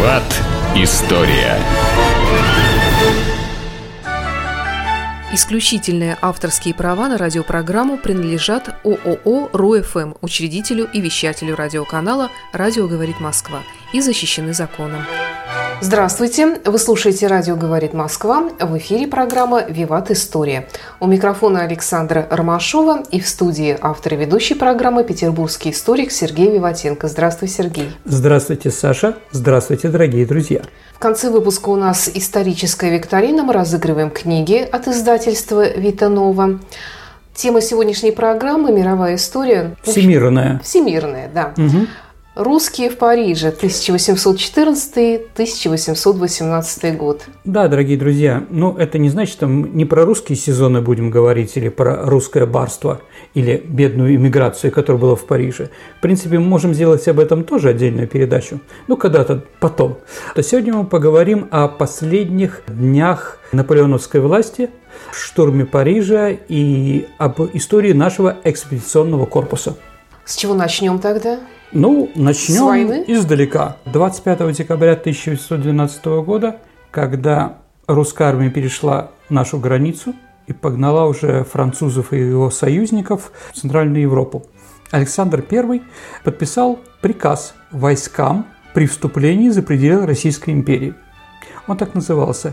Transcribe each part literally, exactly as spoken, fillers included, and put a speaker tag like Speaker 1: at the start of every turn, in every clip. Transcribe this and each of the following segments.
Speaker 1: Виват. История.
Speaker 2: Исключительные авторские права на радиопрограмму принадлежат ООО РУ-ФМ, учредителю и вещателю радиоканала «Радио говорит Москва» и защищены законом. Здравствуйте! Вы слушаете «Радио говорит Москва». В эфире программа «Виват. История». У микрофона Александра Ромашова и в студии автор и ведущий программы петербургский историк Сергей Виватенко. Здравствуй, Сергей!
Speaker 3: Здравствуйте, Саша! Здравствуйте, дорогие друзья!
Speaker 2: В конце выпуска у нас историческая викторина. Мы разыгрываем книги от издательства «Вита Нова». Тема сегодняшней программы – мировая история.
Speaker 3: Всемирная.
Speaker 2: Всемирная, да.
Speaker 3: Угу.
Speaker 2: «Русские в Париже», тысяча восемьсот четырнадцатый - тысяча восемьсот восемнадцатый год.
Speaker 3: Да, дорогие друзья, ну это не значит, что мы не про русские сезоны будем говорить, или про русское барство, или бедную иммиграцию, которая была в Париже. В принципе, мы можем сделать об этом тоже отдельную передачу, ну когда-то потом. То сегодня мы поговорим о последних днях наполеоновской власти, штурме Парижа и об истории нашего экспедиционного корпуса.
Speaker 2: С чего начнем тогда?
Speaker 3: Ну, начнем
Speaker 2: с войны?
Speaker 3: Издалека. двадцать пятого декабря тысяча восемьсот двенадцатого года, когда русская армия перешла нашу границу и погнала уже французов и его союзников в Центральную Европу, Александр Первый подписал приказ войскам при вступлении за пределы Российской империи. Он так назывался.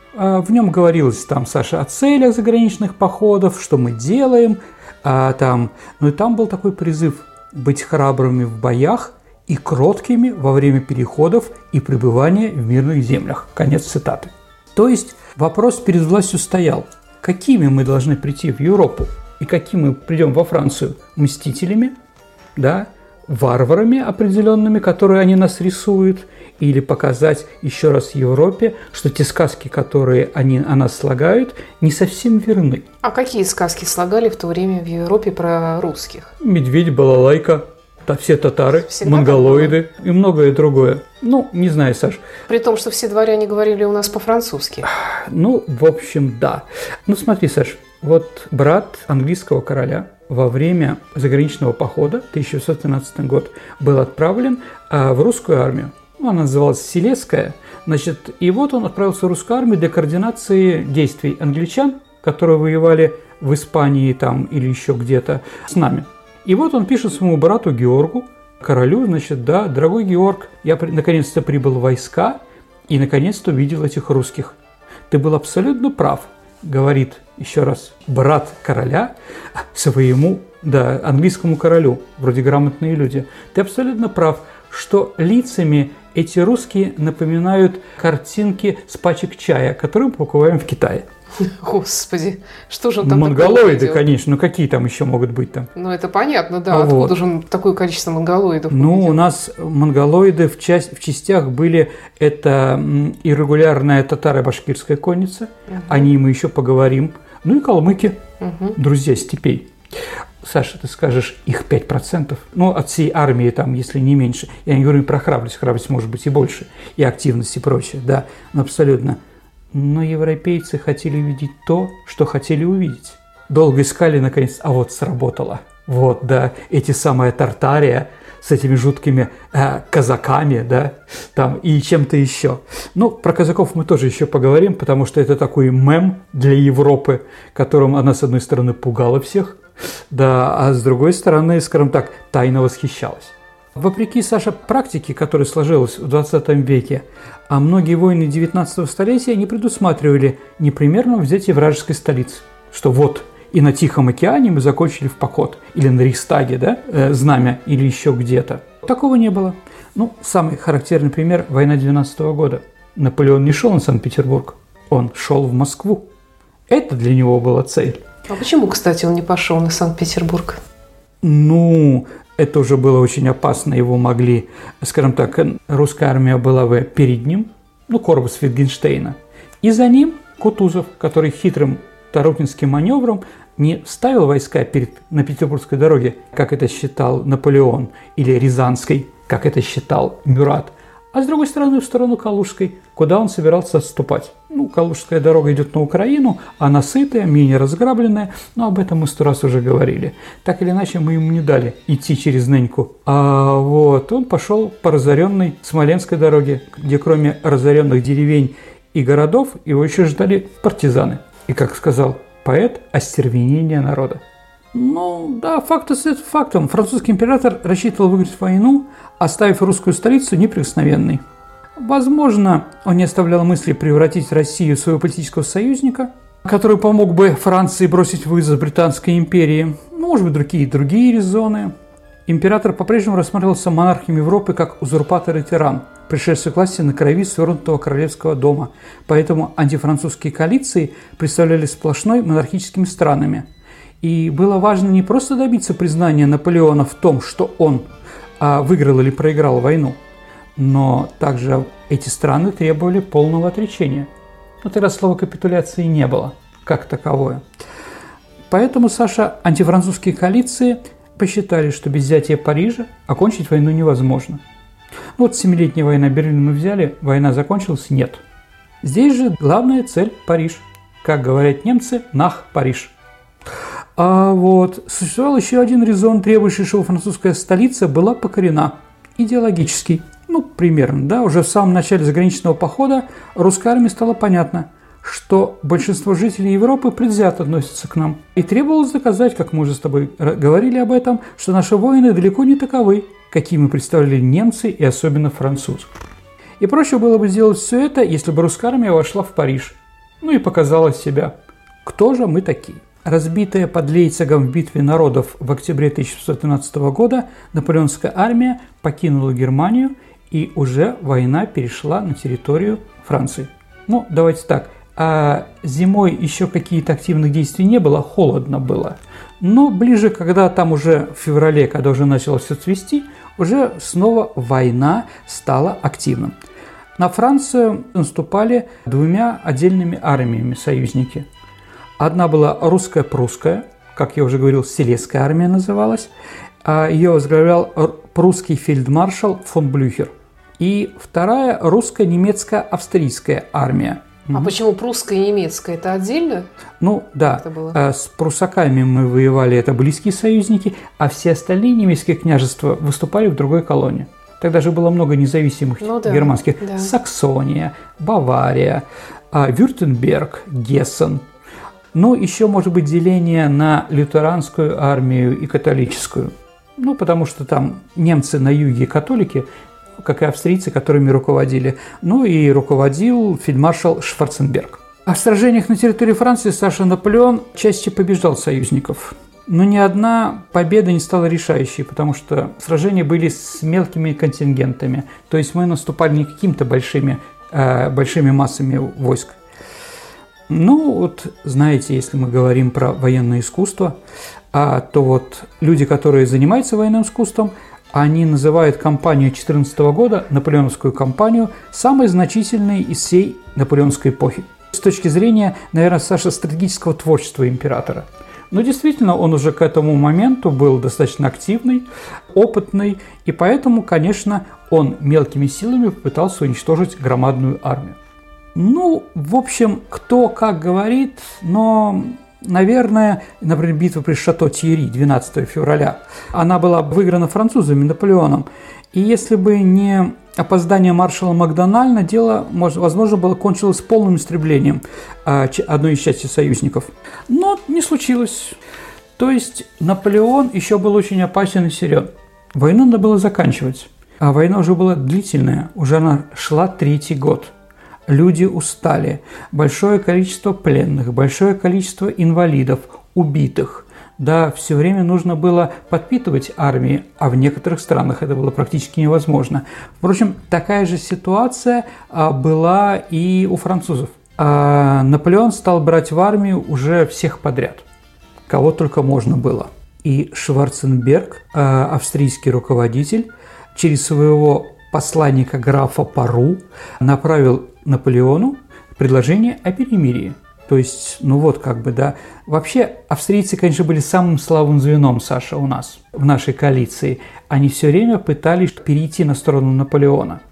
Speaker 3: В нем говорилось там, Саша, о целях заграничных походов, что мы делаем, а там, ну и там был такой призыв быть храбрыми в боях и кроткими во время переходов и пребывания в мирных землях. Конец цитаты. То есть вопрос перед властью стоял, какими мы должны прийти в Европу и какими мы придем во Францию? Мстителями, да, варварами определенными, которые они нас рисуют, или показать еще раз Европе, что те сказки, которые они о нас слагают, не совсем верны.
Speaker 2: А какие сказки слагали в то время в Европе про русских?
Speaker 3: Медведь, балалайка, та, все татары,
Speaker 2: всегда
Speaker 3: монголоиды и многое другое. Ну, не знаю, Саш.
Speaker 2: При том, что все дворяне говорили у нас по-французски.
Speaker 3: Ну, в общем, да. Ну, смотри, Саш, вот брат английского короля во время заграничного похода тысяча восемьсот тринадцатый год был отправлен а, в русскую армию. Ну, она называлась Силезская. Значит, и вот он отправился в русскую армию для координации действий англичан, которые воевали в Испании там или еще где-то с нами. И вот он пишет своему брату Георгу, королю, значит, да, дорогой Георг, я при- наконец-то прибыл в войска и наконец-то увидел этих русских. Ты был абсолютно прав, говорит еще раз брат короля своему, да, английскому королю, вроде грамотные люди. Ты абсолютно прав, что лицами эти русские напоминают картинки с пачек чая, которые мы покупаем в Китае.
Speaker 2: Господи, что же он там
Speaker 3: монголоиды, конечно, ну какие там еще могут быть там?
Speaker 2: Ну это понятно, да,
Speaker 3: вот.
Speaker 2: Откуда же он такое количество монголоидов
Speaker 3: Ну
Speaker 2: увидел?
Speaker 3: у нас монголоиды в, часть, в частях были, это иррегулярная татаро-башкирская конница, угу. О ней мы еще поговорим, ну и калмыки, угу. Друзья степей. Саша, ты скажешь, их пять процентов, ну, от всей армии там, если не меньше. Я не говорю про храбрость, храбрость может быть и больше, и активность и прочее, да, ну, абсолютно. Но европейцы хотели увидеть то, что хотели увидеть. Долго искали, наконец, а вот сработало. Вот, да, эти самые Тартария с этими жуткими э, казаками, да, там, и чем-то еще. Ну, про казаков мы тоже еще поговорим, потому что это такой мем для Европы, которым она, с одной стороны, пугала всех, да, а с другой стороны, скажем так, тайно восхищалась. Вопреки, Саша, практике, которая сложилась в двадцатом веке, а многие войны девятнадцатого столетия не предусматривали непремерного взятия вражеской столицы. Что вот и на Тихом океане мы закончили в поход, или на Рейхстаге, да, э, знамя, или еще где-то. Такого не было. Ну, самый характерный пример – война двенадцатого года. Наполеон не шел на Санкт-Петербург, он шел в Москву. Это для него была цель.
Speaker 2: А почему, кстати, он не пошел на Санкт-Петербург?
Speaker 3: Ну, это уже было очень опасно, его могли, скажем так, русская армия была бы перед ним, ну, корпус Витгенштейна, и за ним Кутузов, который хитрым тарутинским маневром не ставил войска перед, на Петербургской дороге, как это считал Наполеон, или Рязанской, как это считал Мюрат, а с другой стороны в сторону Калужской, куда он собирался отступать. Ну, Калужская дорога идет на Украину, она сытая, менее разграбленная, но об этом мы сто раз уже говорили. Так или иначе, мы ему не дали идти через Неньку. А вот он пошел по разоренной Смоленской дороге, где кроме разоренных деревень и городов его еще ждали партизаны. И, как сказал поэт, остервенение народа. Ну, да, факт остается фактом. Французский император рассчитывал выиграть войну, оставив русскую столицу неприкосновенной. Возможно, он не оставлял мысли превратить Россию в своего политического союзника, который помог бы Франции бросить вызов Британской империи. Ну, может быть, другие другие резоны. Император по-прежнему рассматривался монархом Европы как узурпатор и тиран, пришедший к власти на крови свернутого королевского дома. Поэтому антифранцузские коалиции представляли сплошной монархическими странами. И было важно не просто добиться признания Наполеона в том, что он а, выиграл или проиграл войну, но также эти страны требовали полного отречения. Но тогда слова капитуляции не было, как таковое. Поэтому, Саша, антифранцузские коалиции посчитали, что без взятия Парижа окончить войну невозможно. Ну вот семилетняя война Берлин мы взяли, война закончилась? Нет. Здесь же главная цель – Париж. Как говорят немцы, нах Париж. А вот существовал еще один резон, требующий, чтобы французская столица была покорена. Идеологический. Ну, примерно, да, уже в самом начале заграничного похода русской армии стало понятно, что большинство жителей Европы предвзято относятся к нам. И требовалось доказать, как мы уже с тобой говорили об этом, что наши воины далеко не таковы, какими представляли немцы и особенно французы. И проще было бы сделать все это, если бы русская армия вошла в Париж. Ну и показала себя. Кто же мы такие? Разбитая под Лейпцигом в битве народов в октябре тысяча шестьсот тринадцатого года, наполеоновская армия покинула Германию, и уже война перешла на территорию Франции. Ну, давайте так. А зимой еще какие-то активных действий не было, холодно было. Но ближе, когда там уже в феврале, когда уже начало все цвести, уже снова война стала активным. На Францию наступали двумя отдельными армиями союзники. Одна была русско-прусская, как я уже говорил, Силезская армия называлась. Ее возглавлял прусский фельдмаршал фон Блюхер. И вторая русско-немецко-австрийская армия.
Speaker 2: А mm-hmm. почему прусская и немецкая? Это отдельно?
Speaker 3: Ну да, с прусаками мы воевали, это близкие союзники, а все остальные немецкие княжества выступали в другой колонии. Тогда же было много независимых ну, да, германских. Да. Саксония, Бавария, Вюртемберг, Гессен. Ну, еще может быть деление на лютеранскую армию и католическую. Ну, потому что там немцы на юге католики, как и австрийцы, которыми руководили. Ну и руководил фельдмаршал Шварценберг. А в сражениях на территории Франции Саша Наполеон чаще побеждал союзников. Но ни одна победа не стала решающей, потому что сражения были с мелкими контингентами. То есть мы наступали не какими-то большими, э, большими массами войск. Ну, вот, знаете, если мы говорим про военное искусство, а, то вот люди, которые занимаются военным искусством, они называют кампанию две тысячи четырнадцатого года, наполеоновскую кампанию, самой значительной из всей наполеоновской эпохи. С точки зрения, наверное, Саша, стратегического творчества императора. Но действительно, он уже к этому моменту был достаточно активный, опытный, и поэтому, конечно, он мелкими силами попытался уничтожить громадную армию. Ну, в общем, кто как говорит, но, наверное, например, битва при Шато-Тьерри двенадцатого февраля, она была выиграна французами, Наполеоном. И если бы не опоздание маршала Макдональда, дело, возможно, было кончилось полным истреблением одной из части союзников. Но не случилось. То есть Наполеон еще был очень опасен и силен. Войну надо было заканчивать. А война уже была длительная, уже она шла третий год. Люди устали, большое количество пленных, большое количество инвалидов, убитых. Да, все время нужно было подпитывать армии, а в некоторых странах это было практически невозможно. Впрочем, такая же ситуация была и у французов. А Наполеон стал брать в армию уже всех подряд, кого только можно было. И Шварценберг, австрийский руководитель, через своего посланника графа Пару направил Наполеону предложение о перемирии. То есть, ну вот как бы, да. Вообще, австрийцы, конечно, были самым слабым звеном, Саша, у нас, в нашей коалиции. Они все время пытались перейти на сторону Наполеона.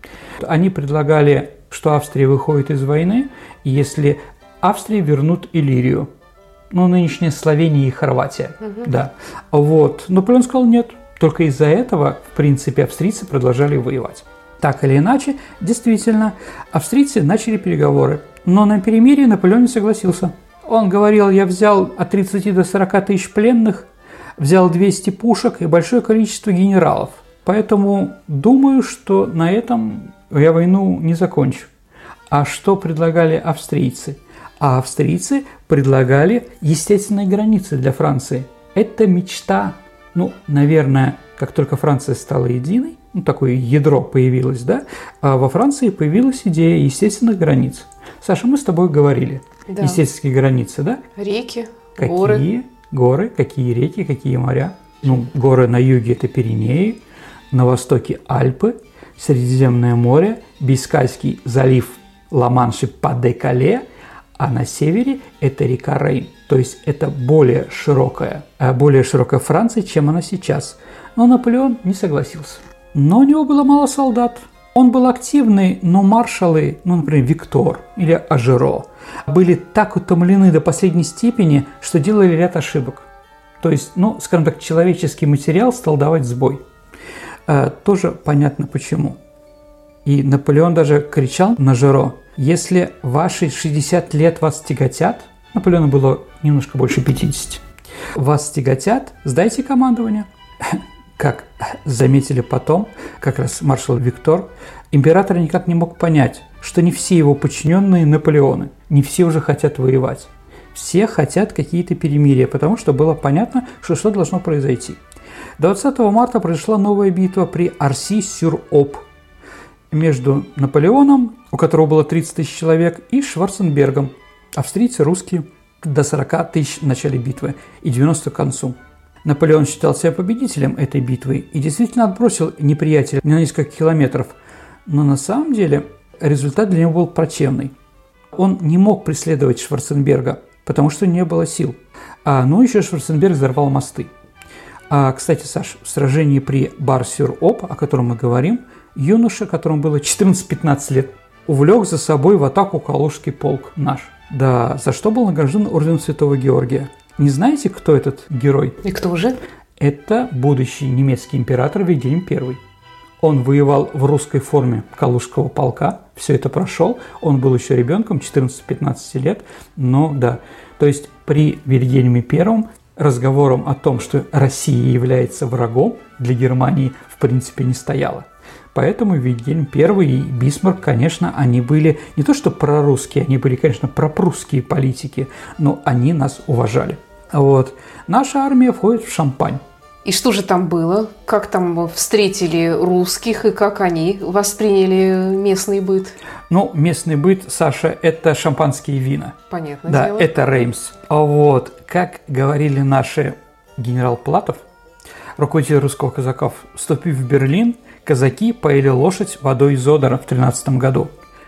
Speaker 3: они предлагали, что Австрия выходит из войны, если Австрии вернут Иллирию. Ну, нынешняя Словения и Хорватия. Угу. Да. Вот. Наполеон сказал нет. Только из-за этого, в принципе, австрийцы продолжали воевать. Так или иначе, действительно, австрийцы начали переговоры. Но на перемирие Наполеон не согласился. Он говорил, я взял от тридцати до сорока тысяч пленных, взял двести пушек и большое количество генералов. Поэтому думаю, что на этом я войну не закончу. А что предлагали австрийцы? А австрийцы предлагали естественные границы для Франции. Это мечта. Ну, наверное, как только Франция стала единой, ну, такое ядро появилось, да, а во Франции появилась идея естественных границ. Саша, мы с тобой говорили. Да. Естественные границы, да?
Speaker 2: Реки,
Speaker 3: какие
Speaker 2: горы.
Speaker 3: Какие горы, какие реки, какие моря. Ну, горы на юге – это Пиренеи, на востоке – Альпы, Средиземное море, Бискайский залив, Ла-Манш и Па-де-Кале, а на севере – это река Рейн. То есть это более широкая, более широкая Франция, чем она сейчас. Но Наполеон не согласился. Но у него было мало солдат. Он был активный, но маршалы, ну, например, Виктор или Ажеро, были так утомлены до последней степени, что делали ряд ошибок. То есть, ну, скажем так, человеческий материал стал давать сбой. А, тоже понятно почему. И Наполеон даже кричал на Ажеро: если ваши шестьдесят лет вас тяготят, Наполеону было немножко больше пятидесяти, вас тяготят, сдайте командование. Как заметили потом, как раз маршал Виктор, император никак не мог понять, что не все его подчиненные Наполеоны, не все уже хотят воевать. Все хотят какие-то перемирия, потому что было понятно, что что должно произойти. двадцатого марта произошла новая битва при Арси-сюр-Об между Наполеоном, у которого было тридцать тысяч человек, и Шварценбергом. Австрийцы, русские, до сорока тысяч в начале битвы и девяноста к концу. Наполеон считал себя победителем этой битвы и действительно отбросил неприятеля на несколько километров. Но на самом деле результат для него был плачевный. Он не мог преследовать Шварценберга, потому что не было сил. А, ну, еще Шварценберг взорвал мосты. А, кстати, Саш, в сражении при Бар-сюр-Об, о котором мы говорим, юноша, которому было четырнадцать-пятнадцать лет, увлек за собой в атаку Калужский полк наш. Да, за что был награжден орденом Святого Георгия. Не знаете, кто этот герой?
Speaker 2: И кто же?
Speaker 3: Это будущий немецкий император Вильгельм Первый. Он воевал в русской форме Калужского полка, все это прошел, он был еще ребенком, четырнадцать-пятнадцать лет, но да. То есть при Вильгельме Первом разговором о том, что Россия является врагом для Германии, в принципе не стояло. Поэтому Вильгельм Первый и Бисмарк, конечно, они были не то что прорусские, они были, конечно, пропрусские политики, но они нас уважали. Вот. Наша армия входит в Шампань.
Speaker 2: И что же там было? Как там встретили русских и как они восприняли местный быт?
Speaker 3: Ну, местный быт, Саша, это шампанские вина.
Speaker 2: Понятно.
Speaker 3: Да,
Speaker 2: дело.
Speaker 3: это Реймс. А вот, как говорили наши генерал Платов, руководитель русских казаков, вступив в Берлин, казаки поили лошадь водой из Одера в тринадцатом году.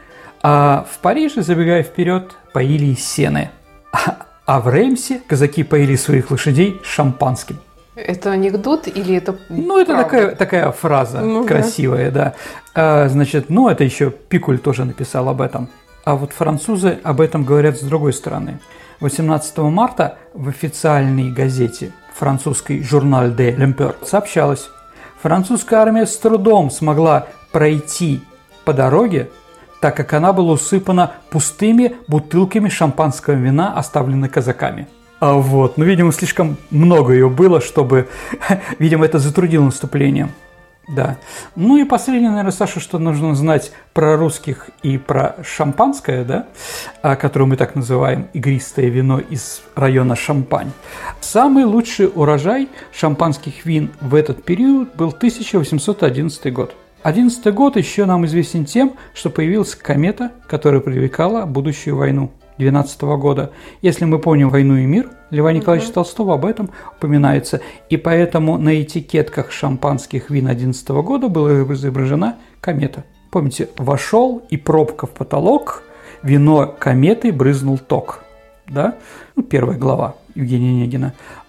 Speaker 3: А в Париже, забегая вперед, поили из сены. А, а в Реймсе казаки поили своих лошадей шампанским.
Speaker 2: Это анекдот или это
Speaker 3: Ну, это такая, такая фраза ну, красивая, да. да. А, значит, ну, это еще Пикуль тоже написал об этом. А вот французы об этом говорят с другой стороны. восемнадцатого марта в официальной газете французской «Журналь де Лемпер» сообщалось: французская армия с трудом смогла пройти по дороге, так как она была усыпана пустыми бутылками шампанского вина, оставленными казаками. А вот, ну, видимо, слишком много ее было, чтобы, видимо, это затруднило наступление. Да. Ну и последнее, наверное, Саша, что нужно знать про русских и про шампанское, да, которое мы так называем, игристое вино из района Шампань. Самый лучший урожай шампанских вин в этот период был тысяча восемьсот одиннадцатый год. одиннадцатый год еще нам известен тем, что появилась комета, которая привлекала будущую войну двенадцатого года. Если мы помним «Войну и мир», Льва Николаевича uh-huh. Толстого об этом упоминается. И поэтому на этикетках шампанских вин одиннадцатого года была изображена комета. Помните, вошел и пробка в потолок, вино кометы брызнул ток. Да? Ну, первая глава Евгения Онегина.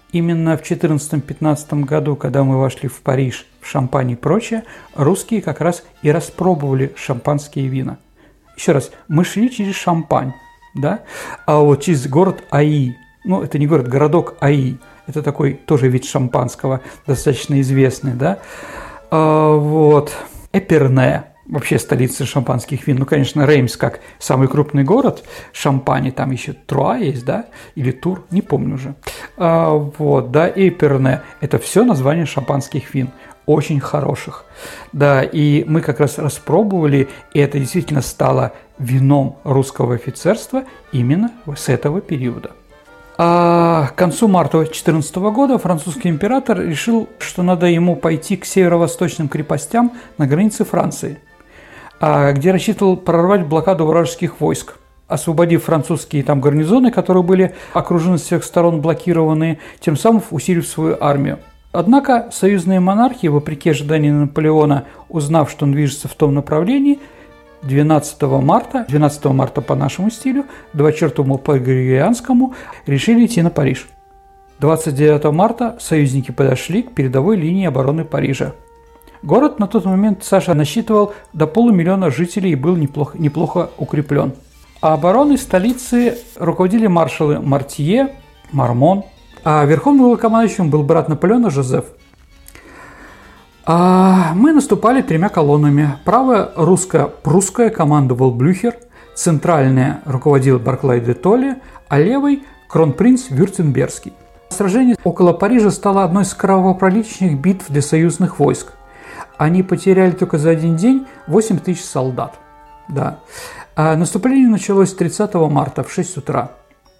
Speaker 3: именно в четырнадцатом-пятнадцатом году, когда мы вошли в Париж, в Шампань и прочее, русские как раз и распробовали шампанские вина. Еще раз, мы шли через Шампань, да, а вот через город Аи, ну, это не город, городок Аи, это такой тоже вид шампанского, достаточно известный, да, а, вот, Эперне, вообще столица шампанских вин, ну, конечно, Реймс как самый крупный город Шампани, там еще Труа есть, да, или Тур, не помню уже, а, вот, да, и Эперне, это все название шампанских вин, очень хороших, да, и мы как раз распробовали, и это действительно стало вином русского офицерства именно с этого периода. А к концу марта две тысячи четырнадцатого года французский император решил, что надо ему пойти к северо-восточным крепостям на границе Франции, где рассчитывал прорвать блокаду вражеских войск, освободив французские там гарнизоны, которые были окружены с всех сторон, блокированные, тем самым усилив свою армию. Однако союзные монархи, вопреки ожиданиям Наполеона, узнав, что он движется в том направлении, двенадцатого марта, двенадцатого марта по нашему стилю, двадцать четвёртого по григорианскому, решили идти на Париж. двадцать девятого марта союзники подошли к передовой линии обороны Парижа. Город на тот момент, Саша, насчитывал до полумиллиона жителей и был неплохо, неплохо укреплен. А обороной столицы руководили маршалы Мартье, Мармон, а верховным главнокомандующим был брат Наполеона Жозеф. А мы наступали тремя колоннами. Правая русско-прусская командовал Блюхер, центральная руководил Барклай де Толли, а левый – кронпринц Вюртембергский. Сражение около Парижа стало одной из кровопролитных битв для союзных войск. Они потеряли только за один день восемь тысяч солдат. Да. А наступление началось тридцатого марта в шесть утра.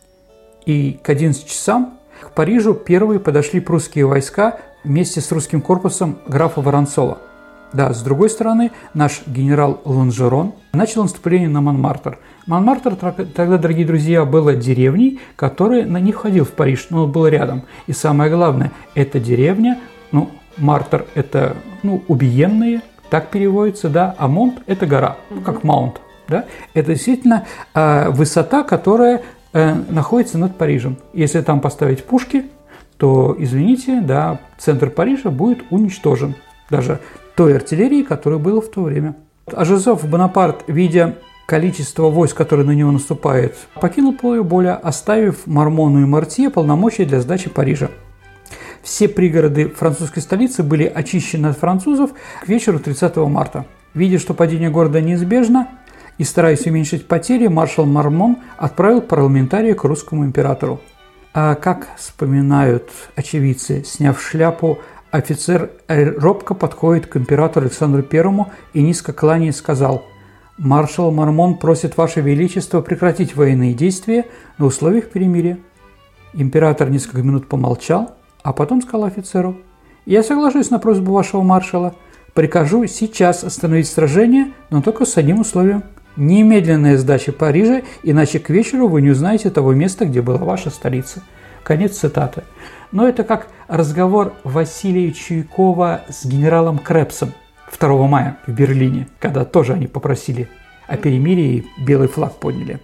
Speaker 3: И к одиннадцати часам к Парижу первые подошли прусские войска вместе с русским корпусом графа Воронцова. Да, с другой стороны, наш генерал Ланжерон начал наступление на Монмартр. Монмартр тогда, дорогие друзья, была деревней, которая не входил в Париж, но был рядом. И самое главное, эта деревня, ну, Мартр – это, ну, убиенные, так переводится, да, а Монт – это гора, ну, как Маунт, да. Это действительно э, высота, которая э, находится над Парижем. Если там поставить пушки, то, извините, да, центр Парижа будет уничтожен. Даже той артиллерии, которая была в то время. А Жозеф Бонапарт, видя количество войск, которые на него наступает, покинул поле боя, оставив Мармону и Мартье полномочия для сдачи Парижа. Все пригороды французской столицы были очищены от французов к вечеру тридцатого марта. Видя, что падение города неизбежно, и стараясь уменьшить потери, маршал Мармон отправил парламентария к русскому императору. А как вспоминают очевидцы, сняв шляпу, офицер робко подходит к императору Александру Первому и, низко кланяясь, сказал: «Маршал Мармон просит Ваше Величество прекратить военные действия на условиях перемирия». Император несколько минут помолчал, а потом сказал офицеру: «Я соглашусь на просьбу вашего маршала. Прикажу сейчас остановить сражение, но только с одним условием. Немедленная сдача Парижа, иначе к вечеру вы не узнаете того места, где была ваша столица». Конец цитаты. Но это как разговор Василия Чуйкова с генералом Крепсом второго мая в Берлине, когда тоже они попросили о перемирии и белый флаг подняли.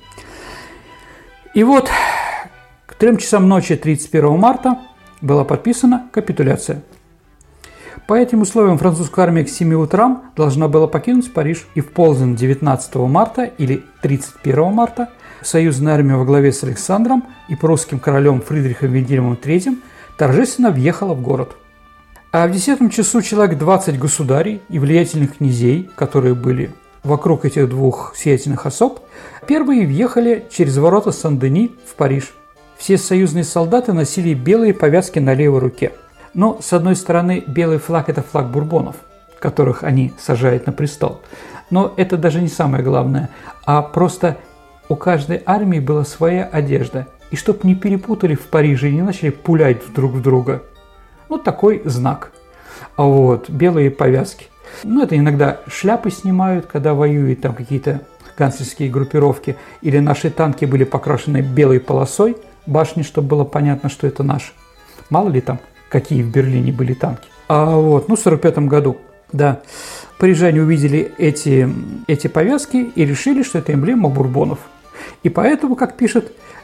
Speaker 3: И вот к трем часам ночи тридцать первого марта была подписана капитуляция. По этим условиям французская армия к семи утрам должна была покинуть Париж, и в полдень девятнадцатого марта или тридцать первого марта союзная армия во главе с Александром и прусским королем Фридрихом Вильгельмом третьим торжественно въехала в город. А в десятом часу человек двадцать государей и влиятельных князей, которые были вокруг этих двух сиятельных особ, первые въехали через ворота Сен-Дени в Париж. Все союзные солдаты носили белые повязки на левой руке. Но, с одной стороны, белый флаг – это флаг бурбонов, которых они сажают на престол. Но это даже не самое главное, а просто у каждой армии была своя одежда. И чтоб не перепутали в Париже и не начали пулять друг в друга. Вот такой знак. А вот белые повязки. Ну, это иногда шляпы снимают, когда воюют там какие-то гангстерские группировки. Или наши танки были покрашены белой полосой, башни, чтобы было понятно, что это наши. Мало ли там, какие в Берлине были танки. А вот, ну, в сорок пятом году, да, парижане увидели эти, эти повязки и решили, что это эмблема бурбонов. И поэтому, как пишет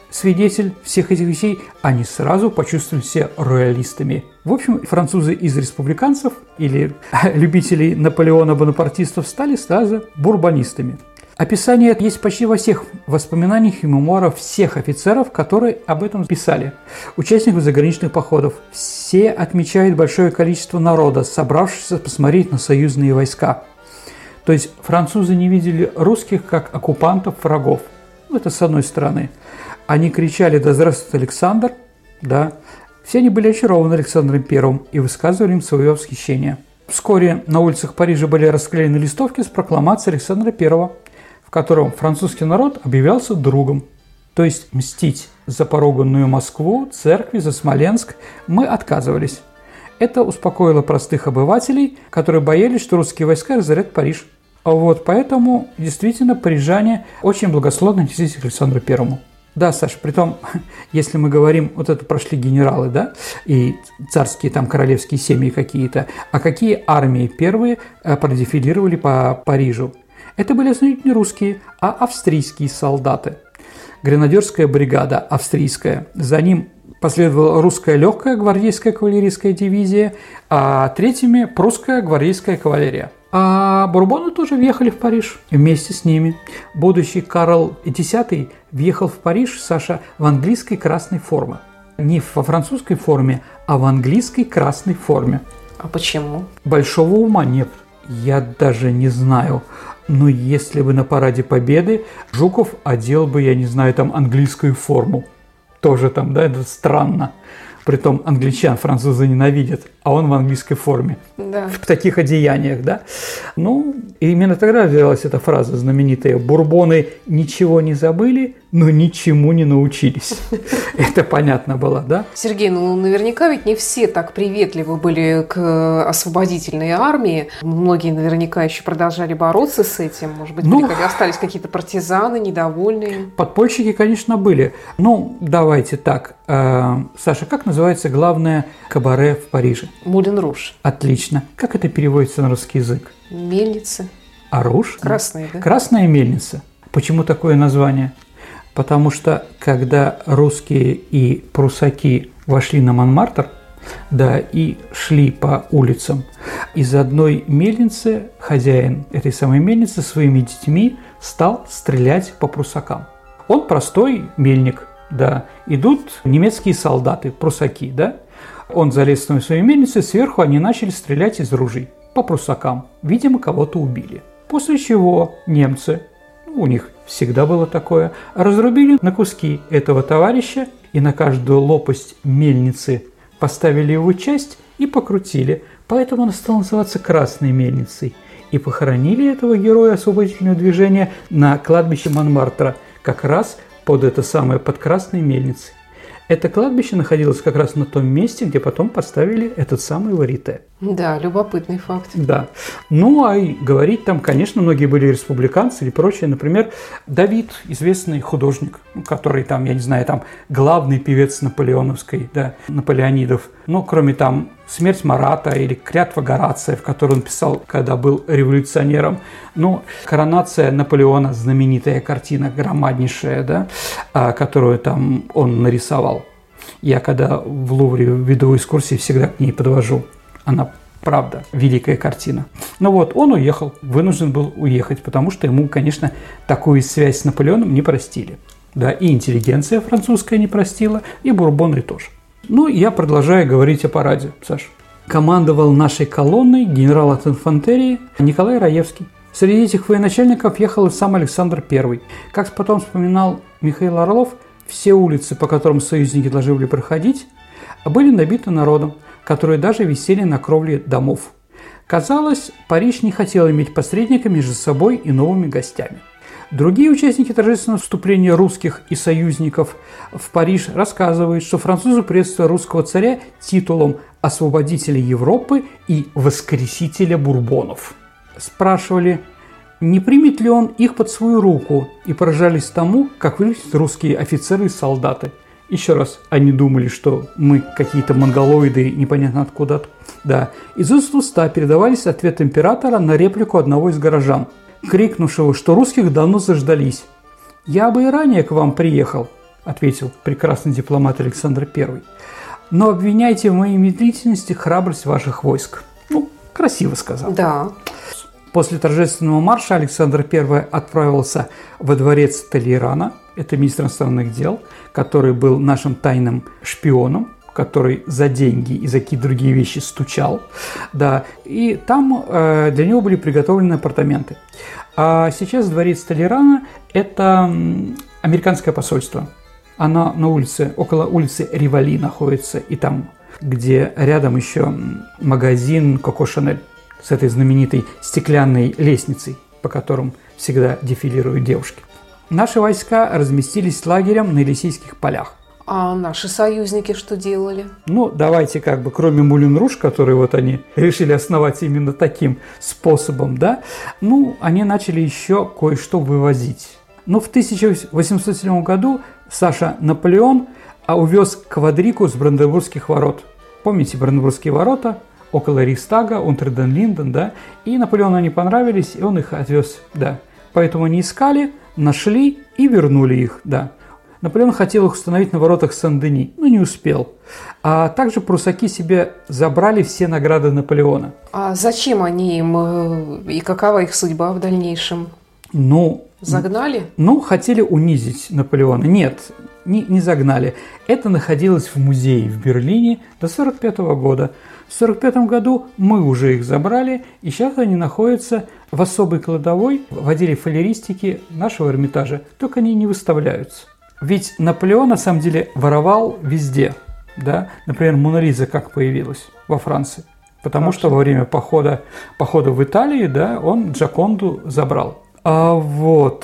Speaker 3: свидетель всех этих вещей, они сразу почувствовали себя роялистами. В общем, французы из республиканцев или любителей Наполеона-бонапартистов стали сразу бурбонистами. Описание это есть почти во всех воспоминаниях и мемуарах всех офицеров, которые об этом писали. Участников заграничных походов. Все отмечают большое количество народа, собравшихся посмотреть на союзные войска. То есть французы не видели русских как оккупантов, врагов. Это с одной стороны. Они кричали: «Да здравствует Александр!» Да. Все они были очарованы Александром Первым и высказывали им свое восхищение. Вскоре на улицах Парижа были расклеены листовки с прокламацией Александра Первого, в котором французский народ объявлялся другом. То есть мстить за поруганную Москву, церкви, за Смоленск мы отказывались. Это успокоило простых обывателей, которые боялись, что русские войска разорят Париж. А вот поэтому действительно парижане очень благосклонно отнеслись к Александру Первому. Да, Саша, притом, если мы говорим, вот это прошли генералы, да, и царские там королевские семьи какие-то, а какие армии первые продефилировали по Парижу? Это были основательно не русские, а австрийские солдаты. Гренадерская бригада австрийская. За ним последовала русская легкая гвардейская кавалерийская дивизия, а третьими прусская гвардейская кавалерия. А бурбоны тоже въехали в Париж вместе с ними. Будущий Карл Десятый въехал в Париж, Саша, в английской красной форме. Не во французской форме, а в английской красной форме.
Speaker 2: А почему?
Speaker 3: Большого ума нет. Я даже не знаю. Но если бы на параде Победы Жуков одел бы, я не знаю, там английскую форму. Тоже там, да, это странно. Притом англичан французы ненавидят, а он в английской форме.
Speaker 2: Да.
Speaker 3: В таких одеяниях, да. Ну, и именно тогда взялась эта фраза знаменитая: «Бурбоны ничего не забыли, но ничему не научились». Это понятно было, да?
Speaker 2: Сергей, ну наверняка ведь не все так приветливы были к освободительной армии. Многие наверняка еще продолжали бороться с этим. Может быть, ну, остались какие-то партизаны, недовольные.
Speaker 3: Подпольщики, конечно, были. Ну, давайте так. Саша, как называется главное кабаре в Париже?
Speaker 2: Мулен Руж.
Speaker 3: Отлично. Как это переводится на русский язык?
Speaker 2: Мельницы.
Speaker 3: А руж?
Speaker 2: Красная, да?
Speaker 3: Красная мельница. Почему такое название? Потому что, когда русские и прусаки вошли на Монмартр, да, и шли по улицам, из одной мельницы хозяин этой самой мельницы своими детьми стал стрелять по прусакам. Он простой мельник, да, идут немецкие солдаты, прусаки, да. Он залез в свою мельницу, сверху они начали стрелять из ружей по прусакам. Видимо, кого-то убили. После чего немцы, у них всегда было такое, разрубили на куски этого товарища и на каждую лопасть мельницы поставили его часть и покрутили. Поэтому она стала называться Красной мельницей. И похоронили этого героя освободительного движения на кладбище Монмартра, как раз под это самое, под Красной мельницей. Это кладбище находилось как раз на том месте, где потом поставили этот самый варите.
Speaker 2: Да, любопытный факт.
Speaker 3: Да. Ну, а и говорить там, конечно, многие были республиканцы или прочее. Например, Давид, известный художник, который там, я не знаю, там главный певец наполеоновской, да, наполеонидов. Ну, кроме там «Смерть Марата» или «Клятва Горация», в которой он писал, когда был революционером. Ну, «Коронация Наполеона», знаменитая картина, громаднейшая, да, которую там он нарисовал. Я когда в Лувре веду экскурсии, всегда к ней подвожу. Она, правда, великая картина. Но вот он уехал, вынужден был уехать, потому что ему, конечно, такую связь с Наполеоном не простили. Да, и интеллигенция французская не простила, и бурбоны тоже. Ну, я продолжаю говорить о параде, Саш. Командовал нашей колонной генерал от инфантерии Николай Раевский. Среди этих военачальников ехал и сам Александр Первый. Как потом вспоминал Михаил Орлов, все улицы, по которым союзники должны были проходить, были набиты народом, которые даже висели на кровле домов. Казалось, Париж не хотел иметь посредника между собой и новыми гостями. Другие участники торжественного вступления русских и союзников в Париж рассказывают, что французы приветствовали русского царя титулом освободителя Европы и воскресителя бурбонов. Спрашивали, не примет ли он их под свою руку, и поражались тому, как выглядят русские офицеры и солдаты. Еще раз, они думали, что мы какие-то монголоиды, непонятно откуда. Да. Из уст в уста передавались ответ императора на реплику одного из горожан, крикнувшего, что русских давно заждались. «Я бы и ранее к вам приехал», – ответил прекрасный дипломат Александр Первый. Но обвиняйте в моей медлительности храбрость ваших войск. Ну, красиво сказал.
Speaker 2: Да.
Speaker 3: После торжественного марша Александр Первый отправился во дворец Толейрана, это министр иностранных дел, который был нашим тайным шпионом, который за деньги и за какие-то другие вещи стучал, да, и там э, для него были приготовлены апартаменты. А сейчас дворец Толейрана – это американское посольство. Оно на улице, около улицы Риволи находится, и там, где рядом еще магазин Коко Шанель с этой знаменитой стеклянной лестницей, по которым всегда дефилируют девушки. Наши войска разместились лагерем на Елисейских полях.
Speaker 2: А наши союзники что делали? Ну,
Speaker 3: давайте как бы, кроме Мулен-Руж, который вот они решили основать именно таким способом, да, ну, они начали еще кое-что вывозить. Но в тысяча восемьсот седьмом году Саша Наполеон увез квадрику с Бранденбургских ворот. Помните Бранденбургские ворота? Около Рейхстага, Унтер-ден-Линден, да, и Наполеону они понравились, и он их отвез, да. Поэтому они искали, нашли и вернули их, да. Наполеон хотел их установить на воротах Сен-Дени, но не успел. А также прусаки себе забрали все награды Наполеона.
Speaker 2: А зачем они им и какова их судьба в дальнейшем?
Speaker 3: Ну,
Speaker 2: загнали?
Speaker 3: Ну, хотели унизить Наполеона. Нет, не, не загнали. Это находилось в музее в Берлине до сорок пятого года. В сорок пятом году мы уже их забрали, и сейчас они находятся в особой кладовой в отделе фалеристики нашего Эрмитажа. Только они не выставляются. Ведь Наполеон, на самом деле, воровал везде. Да? Например, Мона Лиза как появилась во Франции. Потому Хорошо. Что во время похода, похода в Италии, да, он Джоконду забрал. А вот.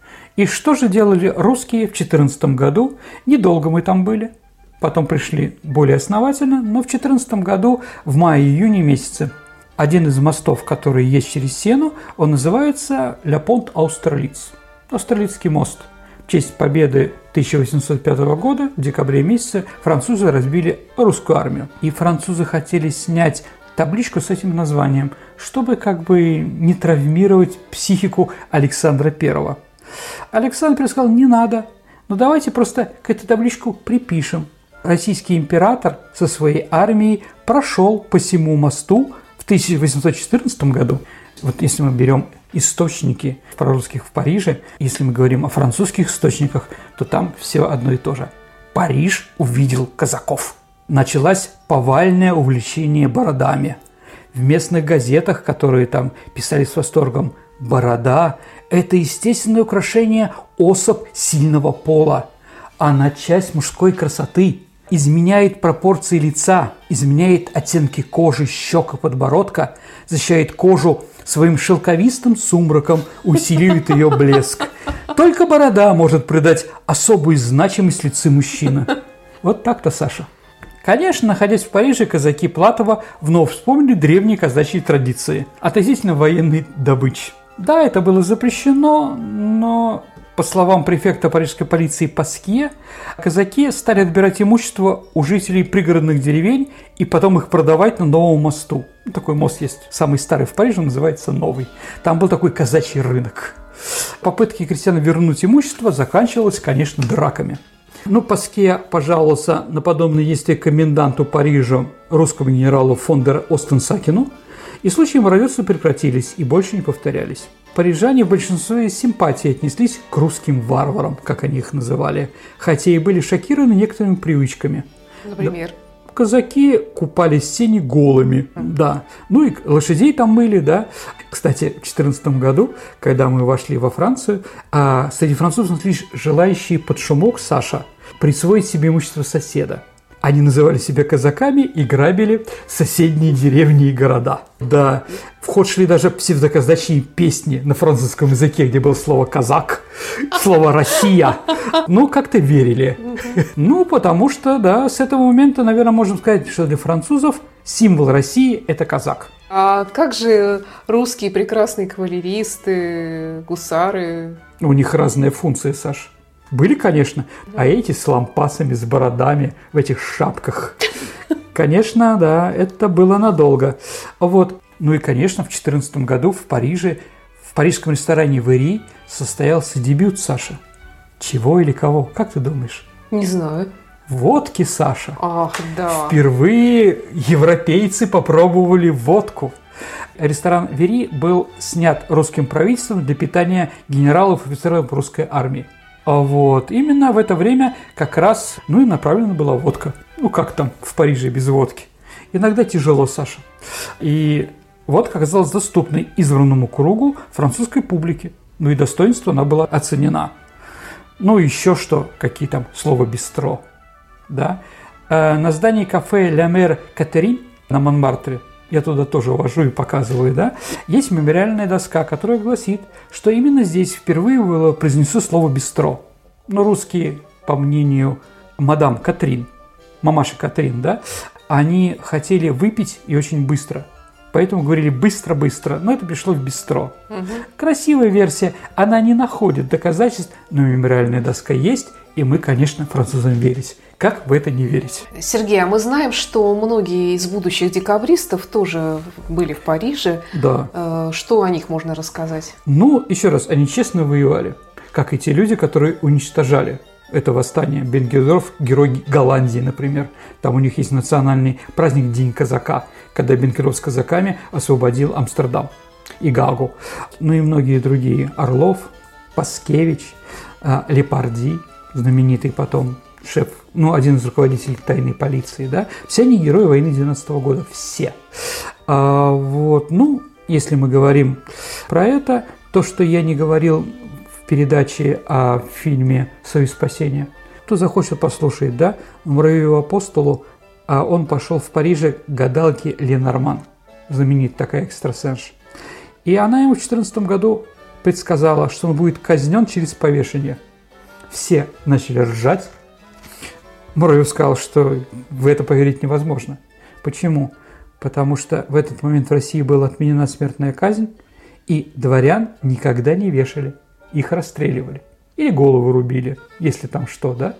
Speaker 3: И что же делали русские в четырнадцатом году? Недолго мы там были. Потом пришли более основательно. Но в четырнадцатом году, в мае-июне месяце, один из мостов, который есть через Сену, он называется Ля Понт Аустерлиц. Аустерлицкий мост. В честь победы тысяча восемьсот пятого года, в декабре месяце, французы разбили русскую армию. И французы хотели снять табличку с этим названием, чтобы как бы не травмировать психику Александра Первого. Александр Первый сказал, не надо, ну давайте просто к этой табличку припишем. Российский император со своей армией прошел по всему мосту в тысяча восемьсот четырнадцатом году. Вот если мы берем источники прорусских в Париже, если мы говорим о французских источниках, то там все одно и то же. Париж увидел казаков. Началось повальное увлечение бородами. В местных газетах, которые там писали с восторгом, борода – это естественное украшение особ сильного пола. Она часть мужской красоты, изменяет пропорции лица, изменяет оттенки кожи, щек и подбородка, защищает кожу своим шелковистым сумраком, усиливает ее блеск. Только борода может придать особую значимость лицу мужчины. Вот так-то, Саша. Конечно, находясь в Париже, казаки Платова вновь вспомнили древние казачьи традиции относительно военной добычи. Да, это было запрещено, но, по словам префекта парижской полиции Паскье, казаки стали отбирать имущество у жителей пригородных деревень и потом их продавать на новом мосту. Такой мост есть, самый старый в Париже, называется Новый. Там был такой казачий рынок. Попытки крестьян вернуть имущество заканчивалось, конечно, драками. Ну, Паскье пожаловался на подобные действия коменданту Парижа, русскому генералу фон дер Остенсакену, и случаи мародерства прекратились и больше не повторялись. Парижане в большинстве симпатии отнеслись к русским варварам, как они их называли, хотя и были шокированы некоторыми привычками.
Speaker 2: Например?
Speaker 3: Казаки купались в Сене голыми, mm-hmm. да. Ну и лошадей там мыли, да. Кстати, в две тысячи четырнадцатом году, когда мы вошли во Францию, а среди французов нашлись желающие под шумок, Саша, присвоить себе имущество соседа. Они называли себя казаками и грабили соседние деревни и города. Да, в ход шли даже псевдоказачьи песни на французском языке, где было слово «казак», слово «Россия». Ну, как-то верили. Ну, потому что, да, с этого момента, наверное, можем сказать, что для французов символ России – это казак.
Speaker 2: А как же русские прекрасные кавалеристы, гусары?
Speaker 3: У них разные функции, Саш. Были, конечно, а эти с лампасами, с бородами, в этих шапках. Конечно, да, это было надолго. Вот. Ну и, конечно, в две тысячи четырнадцатом году в Париже, в парижском ресторане «Вэри» состоялся дебют, Саша. Чего или кого? Как ты думаешь?
Speaker 2: Не знаю.
Speaker 3: Водки, Саша.
Speaker 2: Ах, да.
Speaker 3: Впервые европейцы попробовали водку. Ресторан Вери был снят русским правительством для питания генералов и офицеров русской армии. А вот именно в это время как раз, ну и направлена была водка. Ну как там в Париже без водки? Иногда тяжело, Саша. И водка оказалась доступной избранному кругу французской публики. Ну и достоинство она была оценена. Ну еще что, какие там слова бистро. Да? На здании кафе «Ля Мэр Катерин» на Монмартре, я туда тоже вожу и показываю, да, есть мемориальная доска, которая гласит, что именно здесь впервые было произнесено слово «бистро». Но русские, по мнению мадам Катрин, мамаши Катрин, да, они хотели выпить и очень быстро. Поэтому говорили быстро-быстро, но это пришло в бистро. Угу. Красивая версия, она не находит доказательств, но мемориальная доска есть, и мы, конечно, французам верить. Как в это не верить?
Speaker 2: Сергей, а мы знаем, что многие из будущих декабристов тоже были в Париже.
Speaker 3: Да.
Speaker 2: Что о них можно рассказать?
Speaker 3: Ну, еще раз, они честно воевали, как и те люди, которые уничтожали это восстание. Бенгендорф, герой Голландии, например. Там у них есть национальный праздник День казака, когда Бенгендорф с казаками освободил Амстердам и Гаагу. Ну и многие другие. Орлов, Паскевич, Лепарди, знаменитый потом шеф, ну, один из руководителей тайной полиции, да, все они герои войны девяностого года, все. А, вот, ну, если мы говорим про это, то, что я не говорил в передаче о фильме «Союз спасения», кто захочет послушать, да, Муравьеву апостолу, а он пошел в Париже к гадалке Ленорман, знаменитая такая экстрасенс. И она ему в четырнадцатом году предсказала, что он будет казнен через повешение. Все начали ржать. Муравьев сказал, что в это поверить невозможно. Почему? Потому что в этот момент в России была отменена смертная казнь, и дворян никогда не вешали, их расстреливали. Или голову рубили, если там что, да?